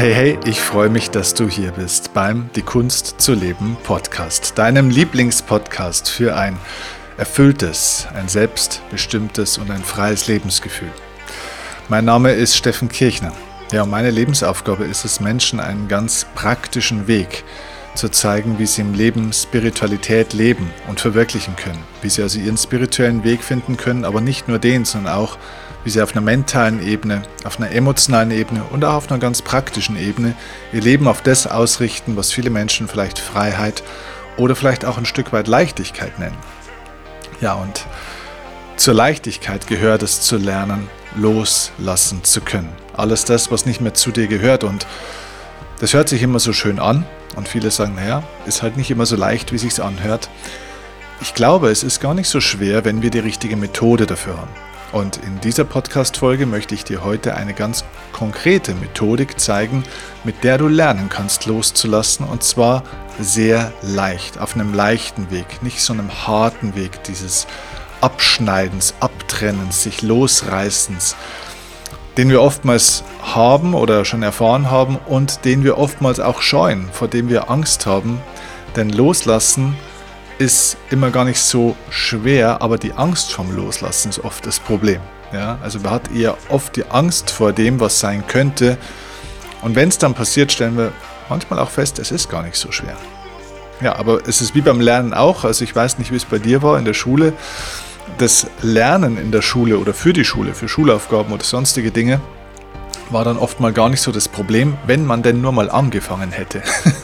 Hey, ich freue mich, dass du hier bist beim Die Kunst zu leben Podcast, deinem Lieblingspodcast für ein erfülltes, ein selbstbestimmtes und ein freies Lebensgefühl. Mein Name ist Steffen Kirchner. Ja, und meine Lebensaufgabe ist es, Menschen einen ganz praktischen Weg zu zeigen, wie sie im Leben Spiritualität leben und verwirklichen können. Wie sie also ihren spirituellen Weg finden können, aber nicht nur den, sondern auch, wie sie auf einer mentalen Ebene, auf einer emotionalen Ebene und auch auf einer ganz praktischen Ebene ihr Leben auf das ausrichten, was viele Menschen vielleicht Freiheit oder vielleicht auch ein Stück weit Leichtigkeit nennen. Ja, und zur Leichtigkeit gehört es zu lernen, loslassen zu können. Alles das, was nicht mehr zu dir gehört, und das hört sich immer so schön an und viele sagen, naja, ist halt nicht immer so leicht, wie es sich anhört. Ich glaube, es ist gar nicht so schwer, wenn wir die richtige Methode dafür haben. Und in dieser Podcast-Folge möchte ich dir heute eine ganz konkrete Methodik zeigen, mit der du lernen kannst, loszulassen, und zwar sehr leicht, auf einem leichten Weg, nicht so einem harten Weg dieses Abschneidens, Abtrennens, sich Losreißens, den wir oftmals haben oder schon erfahren haben und den wir oftmals auch scheuen, vor dem wir Angst haben. Denn Loslassen ist immer gar nicht so schwer, aber die Angst vom Loslassen ist oft das Problem. Ja? Also man hat eher oft die Angst vor dem, was sein könnte. Und wenn es dann passiert, stellen wir manchmal auch fest, es ist gar nicht so schwer. Ja, aber es ist wie beim Lernen auch. Also ich weiß nicht, wie es bei dir war in der Schule. Das Lernen in der Schule oder für die Schule, für Schulaufgaben oder sonstige Dinge, war dann oft mal gar nicht so das Problem, wenn man denn nur mal angefangen hätte.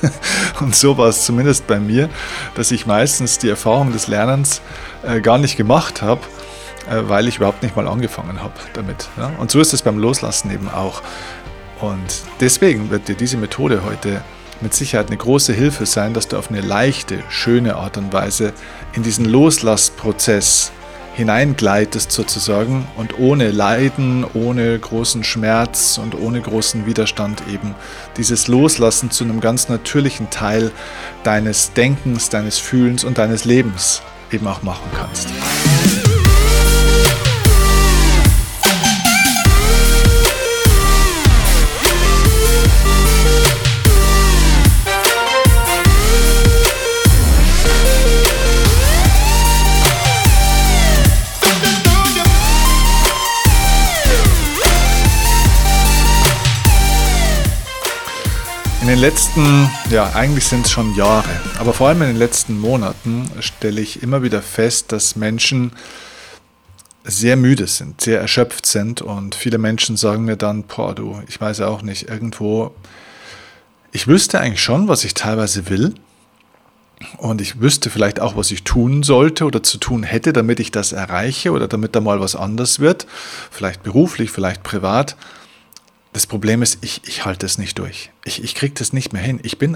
Und so war es zumindest bei mir, dass ich meistens die Erfahrung des Lernens gar nicht gemacht habe, weil ich überhaupt nicht mal angefangen habe damit. Ja? Und so ist es beim Loslassen eben auch. Und deswegen wird dir diese Methode heute mit Sicherheit eine große Hilfe sein, dass du auf eine leichte, schöne Art und Weise in diesen Loslassprozess hineingleitest sozusagen und ohne Leiden, ohne großen Schmerz und ohne großen Widerstand eben dieses Loslassen zu einem ganz natürlichen Teil deines Denkens, deines Fühlens und deines Lebens eben auch machen kannst. In den letzten, eigentlich sind es schon Jahre, aber vor allem in den letzten Monaten stelle ich immer wieder fest, dass Menschen sehr müde sind, sehr erschöpft sind, und viele Menschen sagen mir dann, ich weiß ja auch nicht, irgendwo, ich wüsste eigentlich schon, was ich teilweise will, und ich wüsste vielleicht auch, was ich tun sollte oder zu tun hätte, damit ich das erreiche oder damit da mal was anders wird, vielleicht beruflich, vielleicht privat. Das Problem ist, ich halte es nicht durch. Ich kriege das nicht mehr hin. Ich bin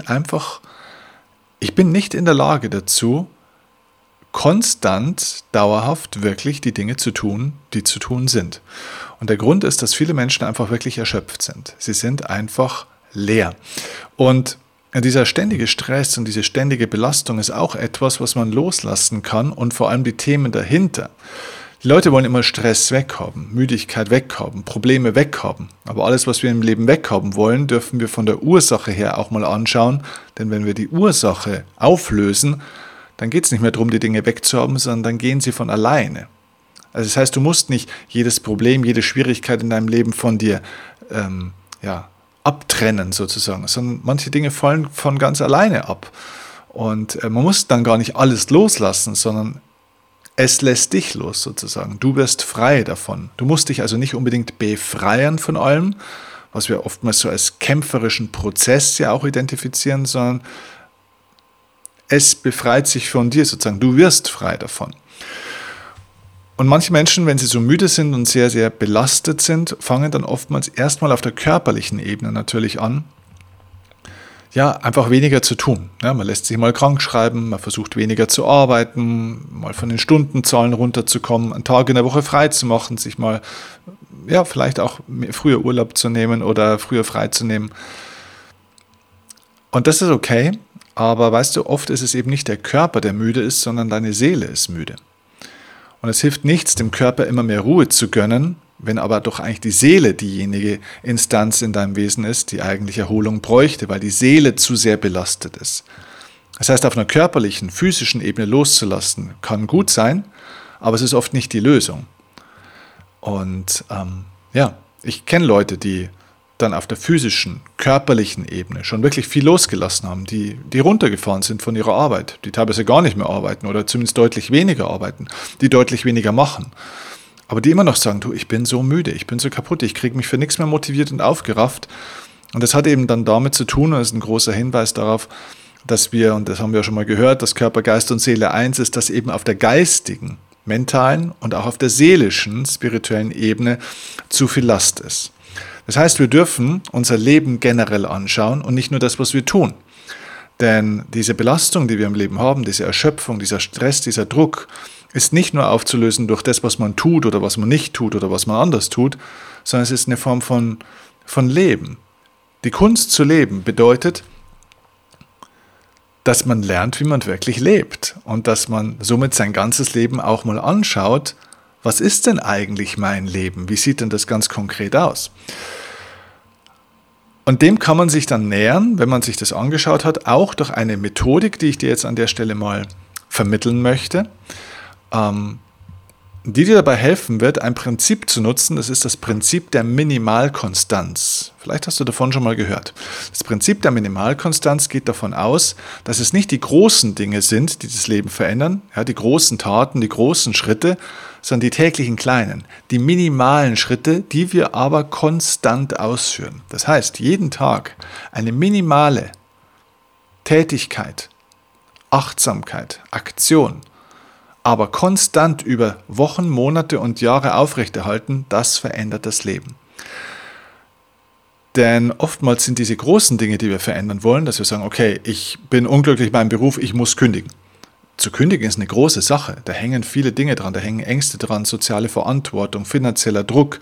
nicht in der Lage dazu, konstant, dauerhaft wirklich die Dinge zu tun, die zu tun sind. Und der Grund ist, dass viele Menschen einfach wirklich erschöpft sind. Sie sind einfach leer. Und dieser ständige Stress und diese ständige Belastung ist auch etwas, was man loslassen kann, und vor allem die Themen dahinter. Die Leute wollen immer Stress weghaben, Müdigkeit weghaben, Probleme weghaben. Aber alles, was wir im Leben weghaben wollen, dürfen wir von der Ursache her auch mal anschauen. Denn wenn wir die Ursache auflösen, dann geht es nicht mehr darum, die Dinge wegzuhaben, sondern dann gehen sie von alleine. Also das heißt, du musst nicht jedes Problem, jede Schwierigkeit in deinem Leben von dir abtrennen sozusagen, sondern manche Dinge fallen von ganz alleine ab. Und man muss dann gar nicht alles loslassen, sondern es lässt dich los sozusagen. Du wirst frei davon. Du musst dich also nicht unbedingt befreien von allem, was wir oftmals so als kämpferischen Prozess ja auch identifizieren, sondern es befreit sich von dir sozusagen. Du wirst frei davon. Und manche Menschen, wenn sie so müde sind und sehr, sehr belastet sind, fangen dann oftmals erstmal auf der körperlichen Ebene natürlich an, einfach weniger zu tun. Ja, man lässt sich mal krank schreiben, man versucht weniger zu arbeiten, mal von den Stundenzahlen runterzukommen, einen Tag in der Woche frei zu machen, sich mal vielleicht auch früher Urlaub zu nehmen oder früher frei zu nehmen. Und das ist okay, aber weißt du, oft ist es eben nicht der Körper, der müde ist, sondern deine Seele ist müde. Und es hilft nichts, dem Körper immer mehr Ruhe zu gönnen, wenn aber doch eigentlich die Seele diejenige Instanz in deinem Wesen ist, die eigentlich Erholung bräuchte, weil die Seele zu sehr belastet ist. Das heißt, auf einer körperlichen, physischen Ebene loszulassen, kann gut sein, aber es ist oft nicht die Lösung. Und ich kenne Leute, die dann auf der physischen, körperlichen Ebene schon wirklich viel losgelassen haben, die runtergefahren sind von ihrer Arbeit, die teilweise gar nicht mehr arbeiten oder zumindest deutlich weniger arbeiten, die deutlich weniger machen. Aber die immer noch sagen, du, ich bin so müde, ich bin so kaputt, ich kriege mich für nichts mehr motiviert und aufgerafft. Und das hat eben dann damit zu tun, und das ist ein großer Hinweis darauf, dass wir, und das haben wir ja schon mal gehört, dass Körper, Geist und Seele eins ist, dass eben auf der geistigen, mentalen und auch auf der seelischen, spirituellen Ebene zu viel Last ist. Das heißt, wir dürfen unser Leben generell anschauen und nicht nur das, was wir tun. Denn diese Belastung, die wir im Leben haben, diese Erschöpfung, dieser Stress, dieser Druck, ist nicht nur aufzulösen durch das, was man tut oder was man nicht tut oder was man anders tut, sondern es ist eine Form von Leben. Die Kunst zu leben bedeutet, dass man lernt, wie man wirklich lebt und dass man somit sein ganzes Leben auch mal anschaut, was ist denn eigentlich mein Leben? Wie sieht denn das ganz konkret aus? Und dem kann man sich dann nähern, wenn man sich das angeschaut hat, auch durch eine Methodik, die ich dir jetzt an der Stelle mal vermitteln möchte, die dir dabei helfen wird, ein Prinzip zu nutzen. Das ist das Prinzip der Minimalkonstanz. Vielleicht hast du davon schon mal gehört. Das Prinzip der Minimalkonstanz geht davon aus, dass es nicht die großen Dinge sind, die das Leben verändern, ja, die großen Taten, die großen Schritte, sondern die täglichen kleinen, die minimalen Schritte, die wir aber konstant ausführen. Das heißt, jeden Tag eine minimale Tätigkeit, Achtsamkeit, Aktion, aber konstant über Wochen, Monate und Jahre aufrechterhalten, das verändert das Leben. Denn oftmals sind diese großen Dinge, die wir verändern wollen, dass wir sagen, okay, ich bin unglücklich in meinem Beruf, ich muss kündigen. Zu kündigen ist eine große Sache, da hängen viele Dinge dran, da hängen Ängste dran, soziale Verantwortung, finanzieller Druck,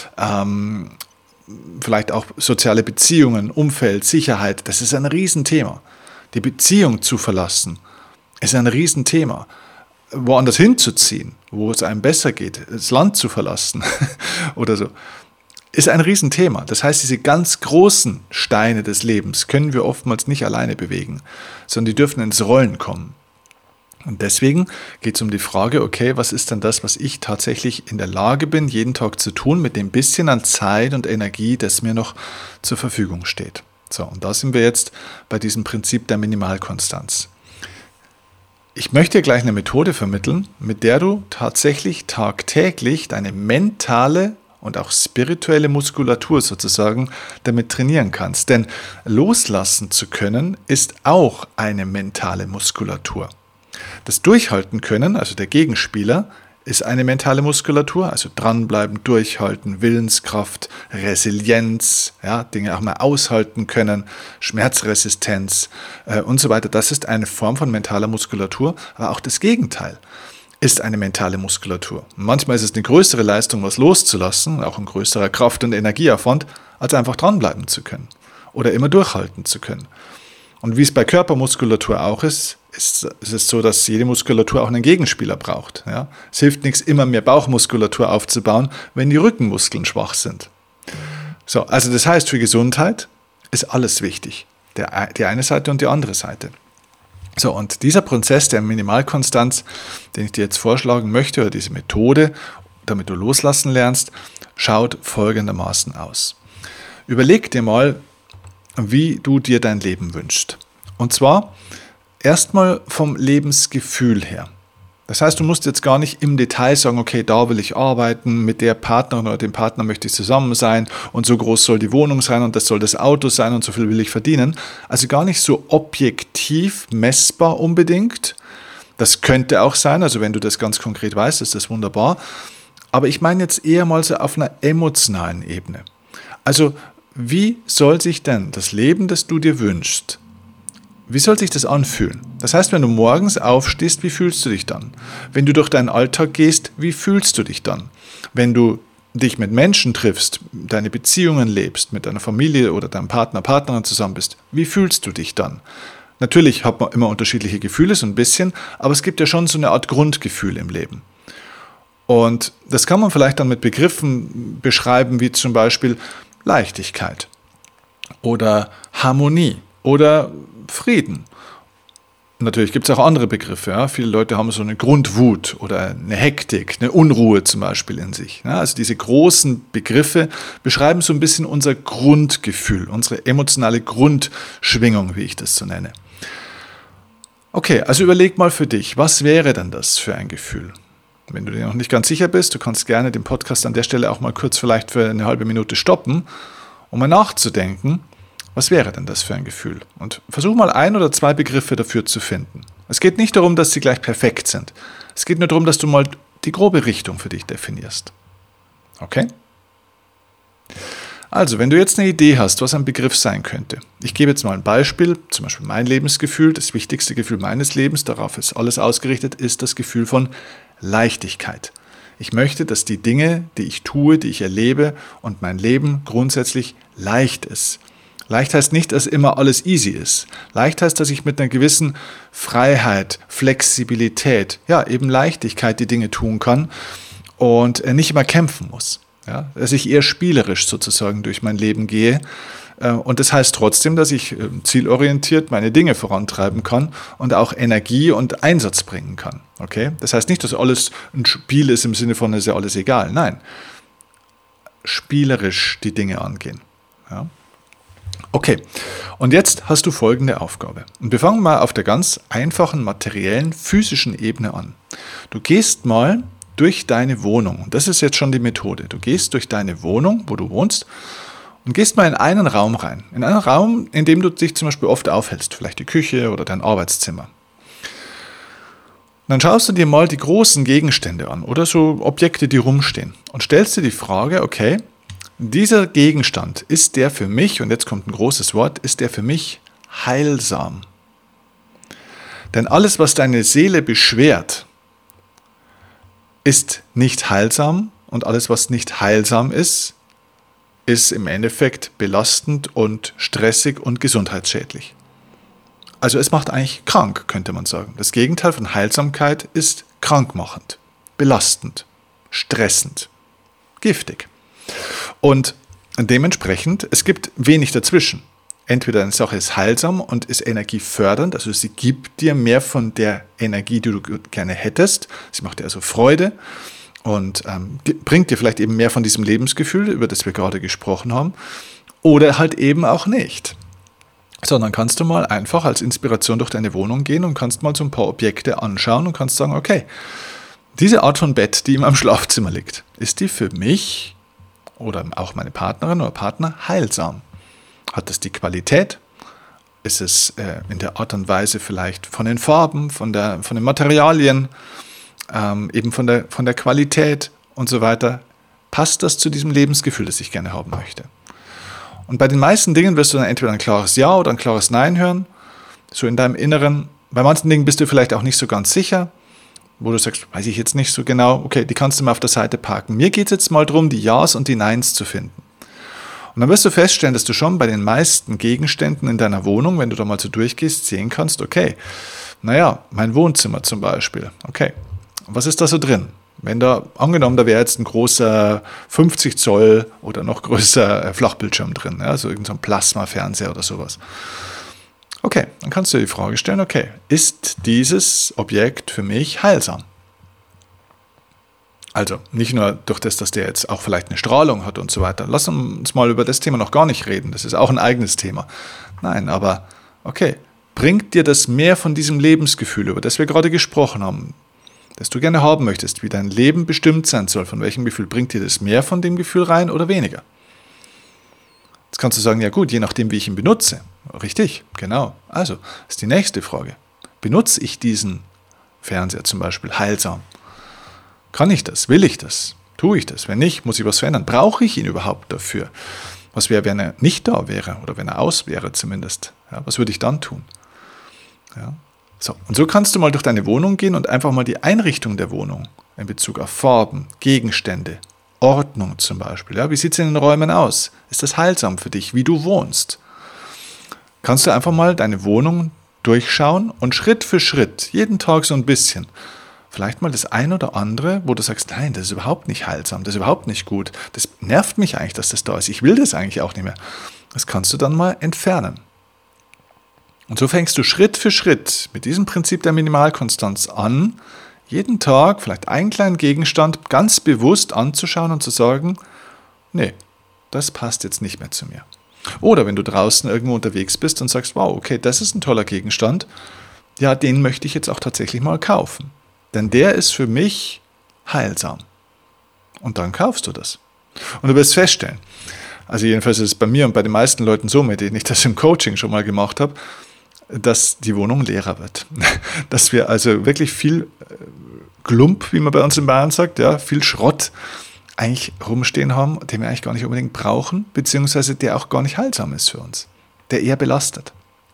vielleicht auch soziale Beziehungen, Umfeld, Sicherheit, das ist ein Riesenthema. Die Beziehung zu verlassen ist ein Riesenthema. Woanders hinzuziehen, wo es einem besser geht, das Land zu verlassen oder so, ist ein Riesenthema. Das heißt, diese ganz großen Steine des Lebens können wir oftmals nicht alleine bewegen, sondern die dürfen ins Rollen kommen. Und deswegen geht es um die Frage, okay, was ist denn das, was ich tatsächlich in der Lage bin, jeden Tag zu tun, mit dem bisschen an Zeit und Energie, das mir noch zur Verfügung steht. So, und da sind wir jetzt bei diesem Prinzip der Minimalkonstanz. Ich möchte dir gleich eine Methode vermitteln, mit der du tatsächlich tagtäglich deine mentale und auch spirituelle Muskulatur sozusagen damit trainieren kannst. Denn loslassen zu können, ist auch eine mentale Muskulatur. Das Durchhalten können, also der Gegenspieler, ist eine mentale Muskulatur, also dranbleiben, durchhalten, Willenskraft, Resilienz, ja, Dinge auch mal aushalten können, Schmerzresistenz und so weiter. Das ist eine Form von mentaler Muskulatur, aber auch das Gegenteil ist eine mentale Muskulatur. Manchmal ist es eine größere Leistung, was loszulassen, auch ein größerer Kraft- und Energieaufwand, als einfach dranbleiben zu können oder immer durchhalten zu können. Und wie es bei Körpermuskulatur auch ist es so, dass jede Muskulatur auch einen Gegenspieler braucht. Ja? Es hilft nichts, immer mehr Bauchmuskulatur aufzubauen, wenn die Rückenmuskeln schwach sind. So, also das heißt, für Gesundheit ist alles wichtig. Die eine Seite und die andere Seite. So, und dieser Prozess der Minimalkonstanz, den ich dir jetzt vorschlagen möchte, oder diese Methode, damit du loslassen lernst, schaut folgendermaßen aus. Überleg dir mal, wie du dir dein Leben wünschst. Und zwar erstmal vom Lebensgefühl her. Das heißt, du musst jetzt gar nicht im Detail sagen, okay, da will ich arbeiten, mit der Partnerin oder dem Partner möchte ich zusammen sein und so groß soll die Wohnung sein und das soll das Auto sein und so viel will ich verdienen. Also gar nicht so objektiv messbar unbedingt. Das könnte auch sein, also wenn du das ganz konkret weißt, ist das wunderbar. Aber ich meine jetzt eher mal so auf einer emotionalen Ebene. Also wie soll sich denn das Leben, das du dir wünschst, wie soll sich das anfühlen? Das heißt, wenn du morgens aufstehst, wie fühlst du dich dann? Wenn du durch deinen Alltag gehst, wie fühlst du dich dann? Wenn du dich mit Menschen triffst, deine Beziehungen lebst, mit deiner Familie oder deinem Partner, Partnerin zusammen bist, wie fühlst du dich dann? Natürlich hat man immer unterschiedliche Gefühle, so ein bisschen, aber es gibt ja schon so eine Art Grundgefühl im Leben. Und das kann man vielleicht dann mit Begriffen beschreiben, wie zum Beispiel Leichtigkeit oder Harmonie oder Frieden. Natürlich gibt es auch andere Begriffe. Ja? Viele Leute haben so eine Grundwut oder eine Hektik, eine Unruhe zum Beispiel in sich. Ja? Also diese großen Begriffe beschreiben so ein bisschen unser Grundgefühl, unsere emotionale Grundschwingung, wie ich das so nenne. Okay, also überleg mal für dich, was wäre denn das für ein Gefühl? Wenn du dir noch nicht ganz sicher bist, du kannst gerne den Podcast an der Stelle auch mal kurz vielleicht für eine halbe Minute stoppen, um mal nachzudenken, was wäre denn das für ein Gefühl? Und versuch mal 1 oder 2 Begriffe dafür zu finden. Es geht nicht darum, dass sie gleich perfekt sind. Es geht nur darum, dass du mal die grobe Richtung für dich definierst. Okay? Also, wenn du jetzt eine Idee hast, was ein Begriff sein könnte. Ich gebe jetzt mal ein Beispiel, zum Beispiel mein Lebensgefühl, das wichtigste Gefühl meines Lebens, darauf ist alles ausgerichtet, ist das Gefühl von Leichtigkeit. Ich möchte, dass die Dinge, die ich tue, die ich erlebe und mein Leben grundsätzlich leicht ist. Leicht heißt nicht, dass immer alles easy ist. Leicht heißt, dass ich mit einer gewissen Freiheit, Flexibilität, ja, eben Leichtigkeit die Dinge tun kann und nicht immer kämpfen muss. Ja, dass ich eher spielerisch sozusagen durch mein Leben gehe. Und das heißt trotzdem, dass ich zielorientiert meine Dinge vorantreiben kann und auch Energie und Einsatz bringen kann. Okay? Das heißt nicht, dass alles ein Spiel ist im Sinne von, ist ja alles egal. Nein, spielerisch die Dinge angehen. Ja? Okay, und jetzt hast du folgende Aufgabe. Und wir fangen mal auf der ganz einfachen, materiellen, physischen Ebene an. Du gehst mal durch deine Wohnung. Das ist jetzt schon die Methode. Du gehst durch deine Wohnung, wo du wohnst, und gehst mal in einen Raum rein. In einen Raum, in dem du dich zum Beispiel oft aufhältst. Vielleicht die Küche oder dein Arbeitszimmer. Und dann schaust du dir mal die großen Gegenstände an oder so Objekte, die rumstehen. Und stellst dir die Frage, okay, dieser Gegenstand, ist der für mich, und jetzt kommt ein großes Wort, ist der für mich heilsam? Denn alles, was deine Seele beschwert, ist nicht heilsam, und alles, was nicht heilsam ist im Endeffekt belastend und stressig und gesundheitsschädlich. Also es macht eigentlich krank, könnte man sagen. Das Gegenteil von Heilsamkeit ist krankmachend, belastend, stressend, giftig. Und dementsprechend, es gibt wenig dazwischen. Entweder eine Sache ist heilsam und ist energiefördernd, also sie gibt dir mehr von der Energie, die du gerne hättest. Sie macht dir also Freude und bringt dir vielleicht eben mehr von diesem Lebensgefühl, über das wir gerade gesprochen haben. Oder halt eben auch nicht. Sondern kannst du mal einfach als Inspiration durch deine Wohnung gehen und kannst mal so ein paar Objekte anschauen und kannst sagen, okay, diese Art von Bett, die in meinem Schlafzimmer liegt, ist die für mich oder auch meine Partnerin oder Partner heilsam? Hat es die Qualität? Ist es in der Art und Weise vielleicht von den Farben, von den Materialien, eben von der Qualität und so weiter? Passt das zu diesem Lebensgefühl, das ich gerne haben möchte? Und bei den meisten Dingen wirst du dann entweder ein klares Ja oder ein klares Nein hören, so in deinem Inneren. Bei manchen Dingen bist du vielleicht auch nicht so ganz sicher, wo du sagst, weiß ich jetzt nicht so genau, okay, die kannst du mal auf der Seite parken. Mir geht es jetzt mal darum, die Ja's und die Neins zu finden. Und dann wirst du feststellen, dass du schon bei den meisten Gegenständen in deiner Wohnung, wenn du da mal so durchgehst, sehen kannst, okay, naja, mein Wohnzimmer zum Beispiel, okay, was ist da so drin? Wenn da, angenommen, da wäre jetzt ein großer 50 Zoll oder noch größer Flachbildschirm drin, ja, so irgendein Plasmafernseher oder sowas. Okay, dann kannst du dir die Frage stellen, okay, ist dieses Objekt für mich heilsam? Also nicht nur durch das, dass der jetzt auch vielleicht eine Strahlung hat und so weiter. Lass uns mal über das Thema noch gar nicht reden, das ist auch ein eigenes Thema. Nein, aber okay, bringt dir das mehr von diesem Lebensgefühl, über das wir gerade gesprochen haben, das du gerne haben möchtest, wie dein Leben bestimmt sein soll, von welchem Gefühl, bringt dir das mehr von dem Gefühl rein oder weniger? Jetzt kannst du sagen, ja gut, je nachdem, wie ich ihn benutze. Richtig, genau. Also, ist die nächste Frage. Benutze ich diesen Fernseher zum Beispiel heilsam? Kann ich das? Will ich das? Tue ich das? Wenn nicht, muss ich was verändern. Brauche ich ihn überhaupt dafür? Was wäre, wenn er nicht da wäre oder wenn er aus wäre zumindest? Ja, was würde ich dann tun? Ja. So, und so kannst du mal durch deine Wohnung gehen und einfach mal die Einrichtung der Wohnung in Bezug auf Farben, Gegenstände, Ordnung zum Beispiel. Ja, wie sieht es in den Räumen aus? Ist das heilsam für dich, wie du wohnst? Kannst du einfach mal deine Wohnung durchschauen und Schritt für Schritt, jeden Tag so ein bisschen, vielleicht mal das ein oder andere, wo du sagst, nein, das ist überhaupt nicht heilsam, das ist überhaupt nicht gut, das nervt mich eigentlich, dass das da ist, ich will das eigentlich auch nicht mehr. Das kannst du dann mal entfernen. Und so fängst du Schritt für Schritt mit diesem Prinzip der Minimalkonstanz an, jeden Tag vielleicht einen kleinen Gegenstand ganz bewusst anzuschauen und zu sagen, nee, das passt jetzt nicht mehr zu mir. Oder wenn du draußen irgendwo unterwegs bist und sagst, wow, okay, das ist ein toller Gegenstand, ja, den möchte ich jetzt auch tatsächlich mal kaufen. Denn der ist für mich heilsam. Und dann kaufst du das. Und du wirst feststellen, also jedenfalls ist es bei mir und bei den meisten Leuten so, mit denen ich das im Coaching schon mal gemacht habe, dass die Wohnung leerer wird. Dass wir also wirklich viel Glump, wie man bei uns in Bayern sagt, ja, viel Schrott eigentlich rumstehen haben, den wir eigentlich gar nicht unbedingt brauchen, beziehungsweise der auch gar nicht heilsam ist für uns, der eher belastet.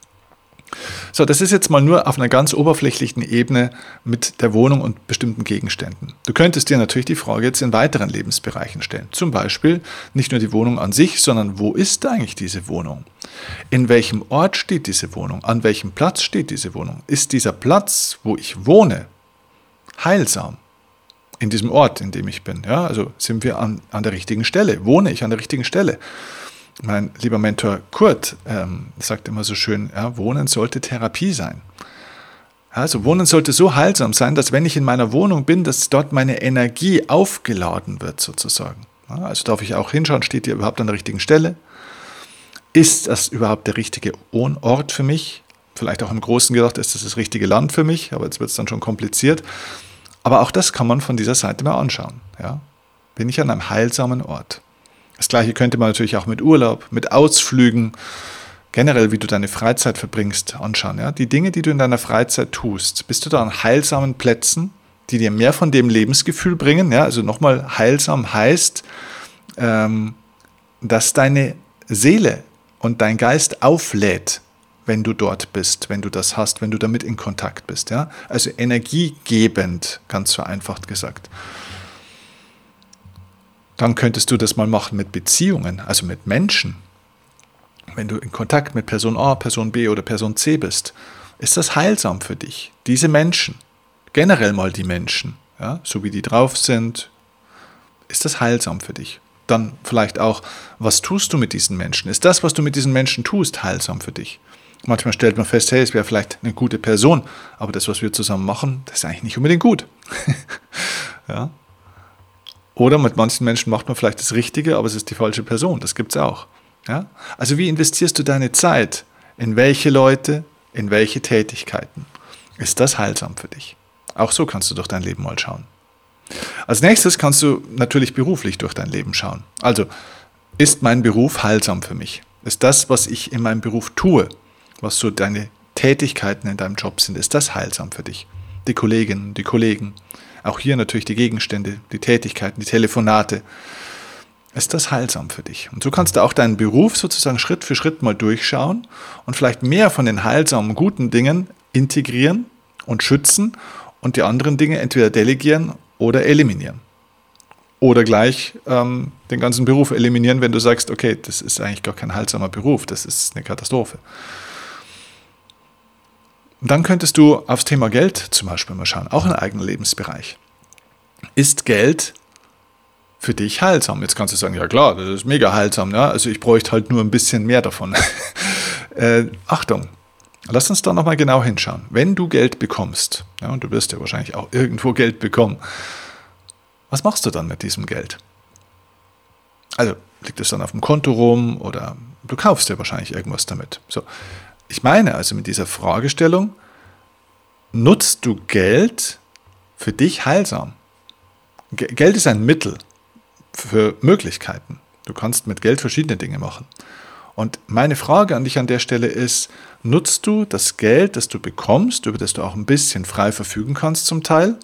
So, das ist jetzt mal nur auf einer ganz oberflächlichen Ebene mit der Wohnung und bestimmten Gegenständen. Du könntest dir natürlich die Frage jetzt in weiteren Lebensbereichen stellen. Zum Beispiel nicht nur die Wohnung an sich, sondern wo ist eigentlich diese Wohnung? In welchem Ort steht diese Wohnung? An welchem Platz steht diese Wohnung? Ist dieser Platz, wo ich wohne, heilsam? In diesem Ort, in dem ich bin. Ja, also sind wir an der richtigen Stelle? Wohne ich an der richtigen Stelle? Mein lieber Mentor Kurt sagt immer so schön, ja, Wohnen sollte Therapie sein. Also Wohnen sollte so heilsam sein, dass wenn ich in meiner Wohnung bin, dass dort meine Energie aufgeladen wird sozusagen. Ja, also darf ich auch hinschauen, steht die überhaupt an der richtigen Stelle? Ist das überhaupt der richtige Wohnort für mich? Vielleicht auch im Großen gedacht, ist das richtige Land für mich? Aber jetzt wird es dann schon kompliziert. Aber auch das kann man von dieser Seite mal anschauen. Ja? Bin ich an einem heilsamen Ort? Das Gleiche könnte man natürlich auch mit Urlaub, mit Ausflügen, generell wie du deine Freizeit verbringst, anschauen. Ja? Die Dinge, die du in deiner Freizeit tust, bist du da an heilsamen Plätzen, die dir mehr von dem Lebensgefühl bringen? Ja? Also nochmal, heilsam heißt, dass deine Seele und dein Geist auflädt, wenn du dort bist, wenn du das hast, wenn du damit in Kontakt bist. Ja? Also energiegebend, ganz vereinfacht gesagt. Dann könntest du das mal machen mit Beziehungen, also mit Menschen. Wenn du in Kontakt mit Person A, Person B oder Person C bist, ist das heilsam für dich. Diese Menschen, generell mal die Menschen, ja, so wie die drauf sind, ist das heilsam für dich. Dann vielleicht auch, was tust du mit diesen Menschen? Ist das, was du mit diesen Menschen tust, heilsam für dich? Manchmal stellt man fest, hey, es wäre vielleicht eine gute Person, aber das, was wir zusammen machen, das ist eigentlich nicht unbedingt gut. Ja. Oder mit manchen Menschen macht man vielleicht das Richtige, aber es ist die falsche Person. Das gibt es auch. Ja? Also wie investierst du deine Zeit? In welche Leute? In welche Tätigkeiten? Ist das heilsam für dich? Auch so kannst du durch dein Leben mal schauen. Als nächstes kannst du natürlich beruflich durch dein Leben schauen. Also, ist mein Beruf heilsam für mich? Ist das, was ich in meinem Beruf tue, was so deine Tätigkeiten in deinem Job sind, ist das heilsam für dich? Die Kolleginnen, die Kollegen, auch hier natürlich die Gegenstände, die Tätigkeiten, die Telefonate. Ist das heilsam für dich? Und so kannst du auch deinen Beruf sozusagen Schritt für Schritt mal durchschauen und vielleicht mehr von den heilsamen, guten Dingen integrieren und schützen und die anderen Dinge entweder delegieren oder eliminieren. Oder gleich den ganzen Beruf eliminieren, wenn du sagst, okay, das ist eigentlich gar kein heilsamer Beruf, das ist eine Katastrophe. Und dann könntest du aufs Thema Geld zum Beispiel mal schauen, auch ein eigener Lebensbereich. Ist Geld für dich heilsam? Jetzt kannst du sagen, ja klar, das ist mega heilsam, ja? Also ich bräuchte halt nur ein bisschen mehr davon. Achtung, lass uns da nochmal genau hinschauen. Wenn du Geld bekommst, ja, und du wirst ja wahrscheinlich auch irgendwo Geld bekommen, was machst du dann mit diesem Geld? Also liegt es dann auf dem Konto rum oder du kaufst dir wahrscheinlich irgendwas damit. So. Ich meine also mit dieser Fragestellung, nutzt du Geld für dich heilsam? Geld ist ein Mittel für Möglichkeiten. Du kannst mit Geld verschiedene Dinge machen. Und meine Frage an dich an der Stelle ist, nutzt du das Geld, das du bekommst, über das du auch ein bisschen frei verfügen kannst zum Teil,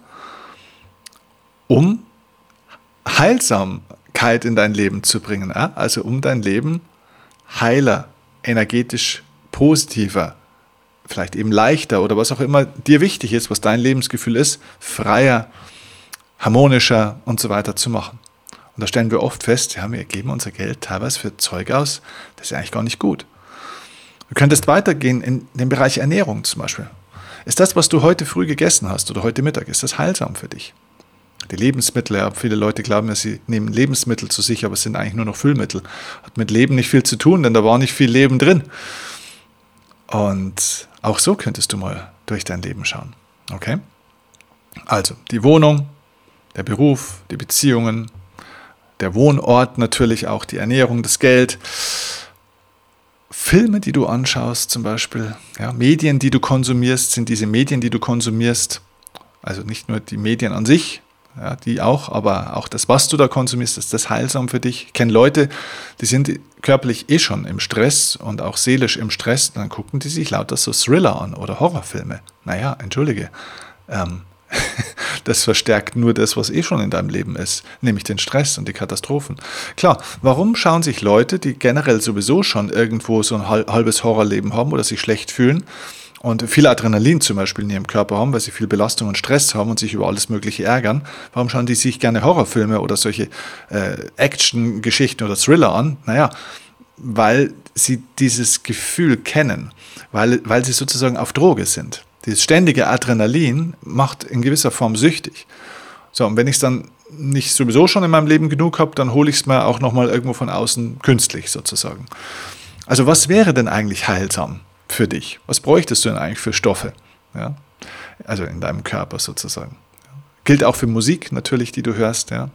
um Heilsamkeit in dein Leben zu bringen, also um dein Leben heiler, energetisch positiver, vielleicht eben leichter oder was auch immer dir wichtig ist, was dein Lebensgefühl ist, freier, harmonischer und so weiter zu machen. Und da stellen wir oft fest, ja, wir geben unser Geld teilweise für Zeug aus, das ist eigentlich gar nicht gut. Du könntest weitergehen in den Bereich Ernährung zum Beispiel. Ist das, was du heute früh gegessen hast oder heute Mittag, ist das heilsam für dich? Die Lebensmittel, ja, viele Leute glauben ja, sie nehmen Lebensmittel zu sich, aber es sind eigentlich nur noch Füllmittel. Hat mit Leben nicht viel zu tun, denn da war nicht viel Leben drin. Und auch so könntest du mal durch dein Leben schauen. Okay? Also, die Wohnung, der Beruf, die Beziehungen, der Wohnort natürlich auch, die Ernährung, das Geld, Filme, die du anschaust zum Beispiel, ja, Medien, die du konsumierst, sind diese Medien, die du konsumierst, also nicht nur die Medien an sich, ja, die auch, aber auch das, was du da konsumierst, ist das heilsam für dich? Ich kenne Leute, die sind körperlich schon im Stress und auch seelisch im Stress, dann gucken die sich lauter so Thriller an oder Horrorfilme. Naja, entschuldige, das verstärkt nur das, was schon in deinem Leben ist, nämlich den Stress und die Katastrophen. Klar, warum schauen sich Leute, die generell sowieso schon irgendwo so ein halbes Horrorleben haben oder sich schlecht fühlen und viel Adrenalin zum Beispiel in ihrem Körper haben, weil sie viel Belastung und Stress haben und sich über alles Mögliche ärgern, warum schauen die sich gerne Horrorfilme oder solche Action-Geschichten oder Thriller an? Naja, weil sie dieses Gefühl kennen, weil sie sozusagen auf Droge sind. Dieses ständige Adrenalin macht in gewisser Form süchtig. So, und wenn ich es dann nicht sowieso schon in meinem Leben genug habe, dann hole ich es mir auch nochmal irgendwo von außen künstlich sozusagen. Also was wäre denn eigentlich heilsam für dich? Was bräuchtest du denn eigentlich für Stoffe? Ja? Also in deinem Körper sozusagen. Gilt auch für Musik natürlich, die du hörst. Ja?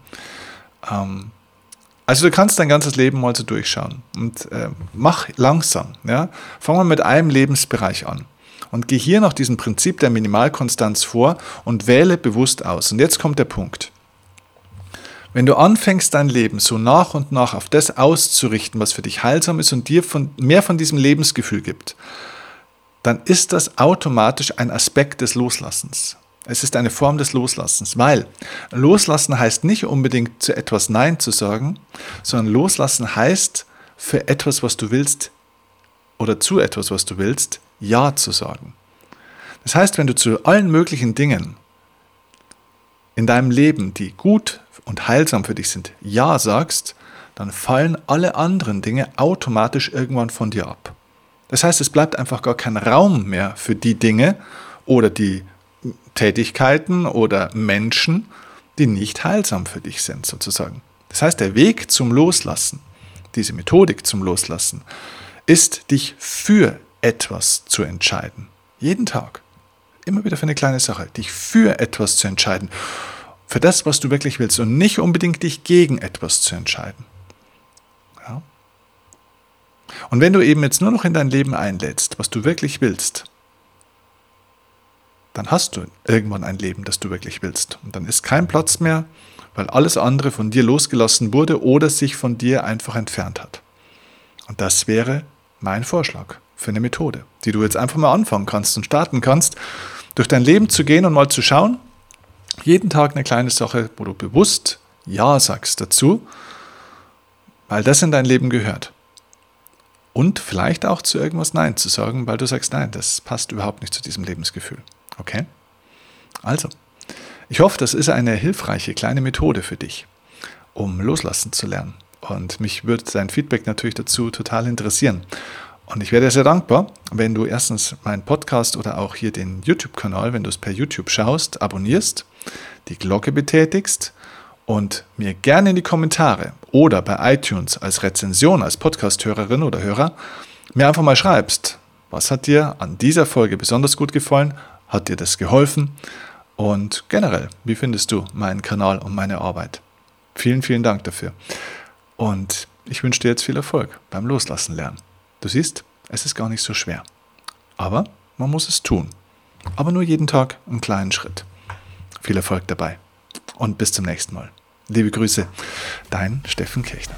Also du kannst dein ganzes Leben mal so durchschauen und mach langsam. Ja? Fang mal mit einem Lebensbereich an. Und geh hier nach diesem Prinzip der Minimalkonstanz vor und wähle bewusst aus. Und jetzt kommt der Punkt. Wenn du anfängst, dein Leben so nach und nach auf das auszurichten, was für dich heilsam ist und dir mehr von diesem Lebensgefühl gibt, dann ist das automatisch ein Aspekt des Loslassens. Es ist eine Form des Loslassens, weil Loslassen heißt nicht unbedingt zu etwas Nein zu sagen, sondern Loslassen heißt für etwas, was du willst oder zu etwas, was du willst, Ja zu sagen. Das heißt, wenn du zu allen möglichen Dingen in deinem Leben, die gut und heilsam für dich sind, Ja sagst, dann fallen alle anderen Dinge automatisch irgendwann von dir ab. Das heißt, es bleibt einfach gar kein Raum mehr für die Dinge oder die Tätigkeiten oder Menschen, die nicht heilsam für dich sind, sozusagen. Das heißt, der Weg zum Loslassen, diese Methodik zum Loslassen, ist, dich für etwas zu entscheiden. Jeden Tag. Immer wieder für eine kleine Sache. Dich für etwas zu entscheiden. Für das, was du wirklich willst. Und nicht unbedingt dich gegen etwas zu entscheiden. Ja? Und wenn du eben jetzt nur noch in dein Leben einlädst, was du wirklich willst, dann hast du irgendwann ein Leben, das du wirklich willst. Und dann ist kein Platz mehr, weil alles andere von dir losgelassen wurde oder sich von dir einfach entfernt hat. Und das wäre mein Vorschlag für eine Methode, die du jetzt einfach mal anfangen kannst und starten kannst, durch dein Leben zu gehen und mal zu schauen, jeden Tag eine kleine Sache, wo du bewusst Ja sagst dazu, weil das in dein Leben gehört. Und vielleicht auch zu irgendwas Nein zu sagen, weil du sagst, nein, das passt überhaupt nicht zu diesem Lebensgefühl. Okay? Also, ich hoffe, das ist eine hilfreiche kleine Methode für dich, um loslassen zu lernen. Und mich würde dein Feedback natürlich dazu total interessieren. Und ich wäre sehr dankbar, wenn du erstens meinen Podcast oder auch hier den YouTube-Kanal, wenn du es per YouTube schaust, abonnierst, die Glocke betätigst und mir gerne in die Kommentare oder bei iTunes als Rezension, als Podcast-Hörerin oder Hörer, mir einfach mal schreibst, was hat dir an dieser Folge besonders gut gefallen, hat dir das geholfen und generell, wie findest du meinen Kanal und meine Arbeit? Vielen, vielen Dank dafür. Und ich wünsche dir jetzt viel Erfolg beim Loslassen lernen. Du siehst, es ist gar nicht so schwer. Aber man muss es tun. Aber nur jeden Tag einen kleinen Schritt. Viel Erfolg dabei. Und bis zum nächsten Mal. Liebe Grüße, dein Steffen Kirchner.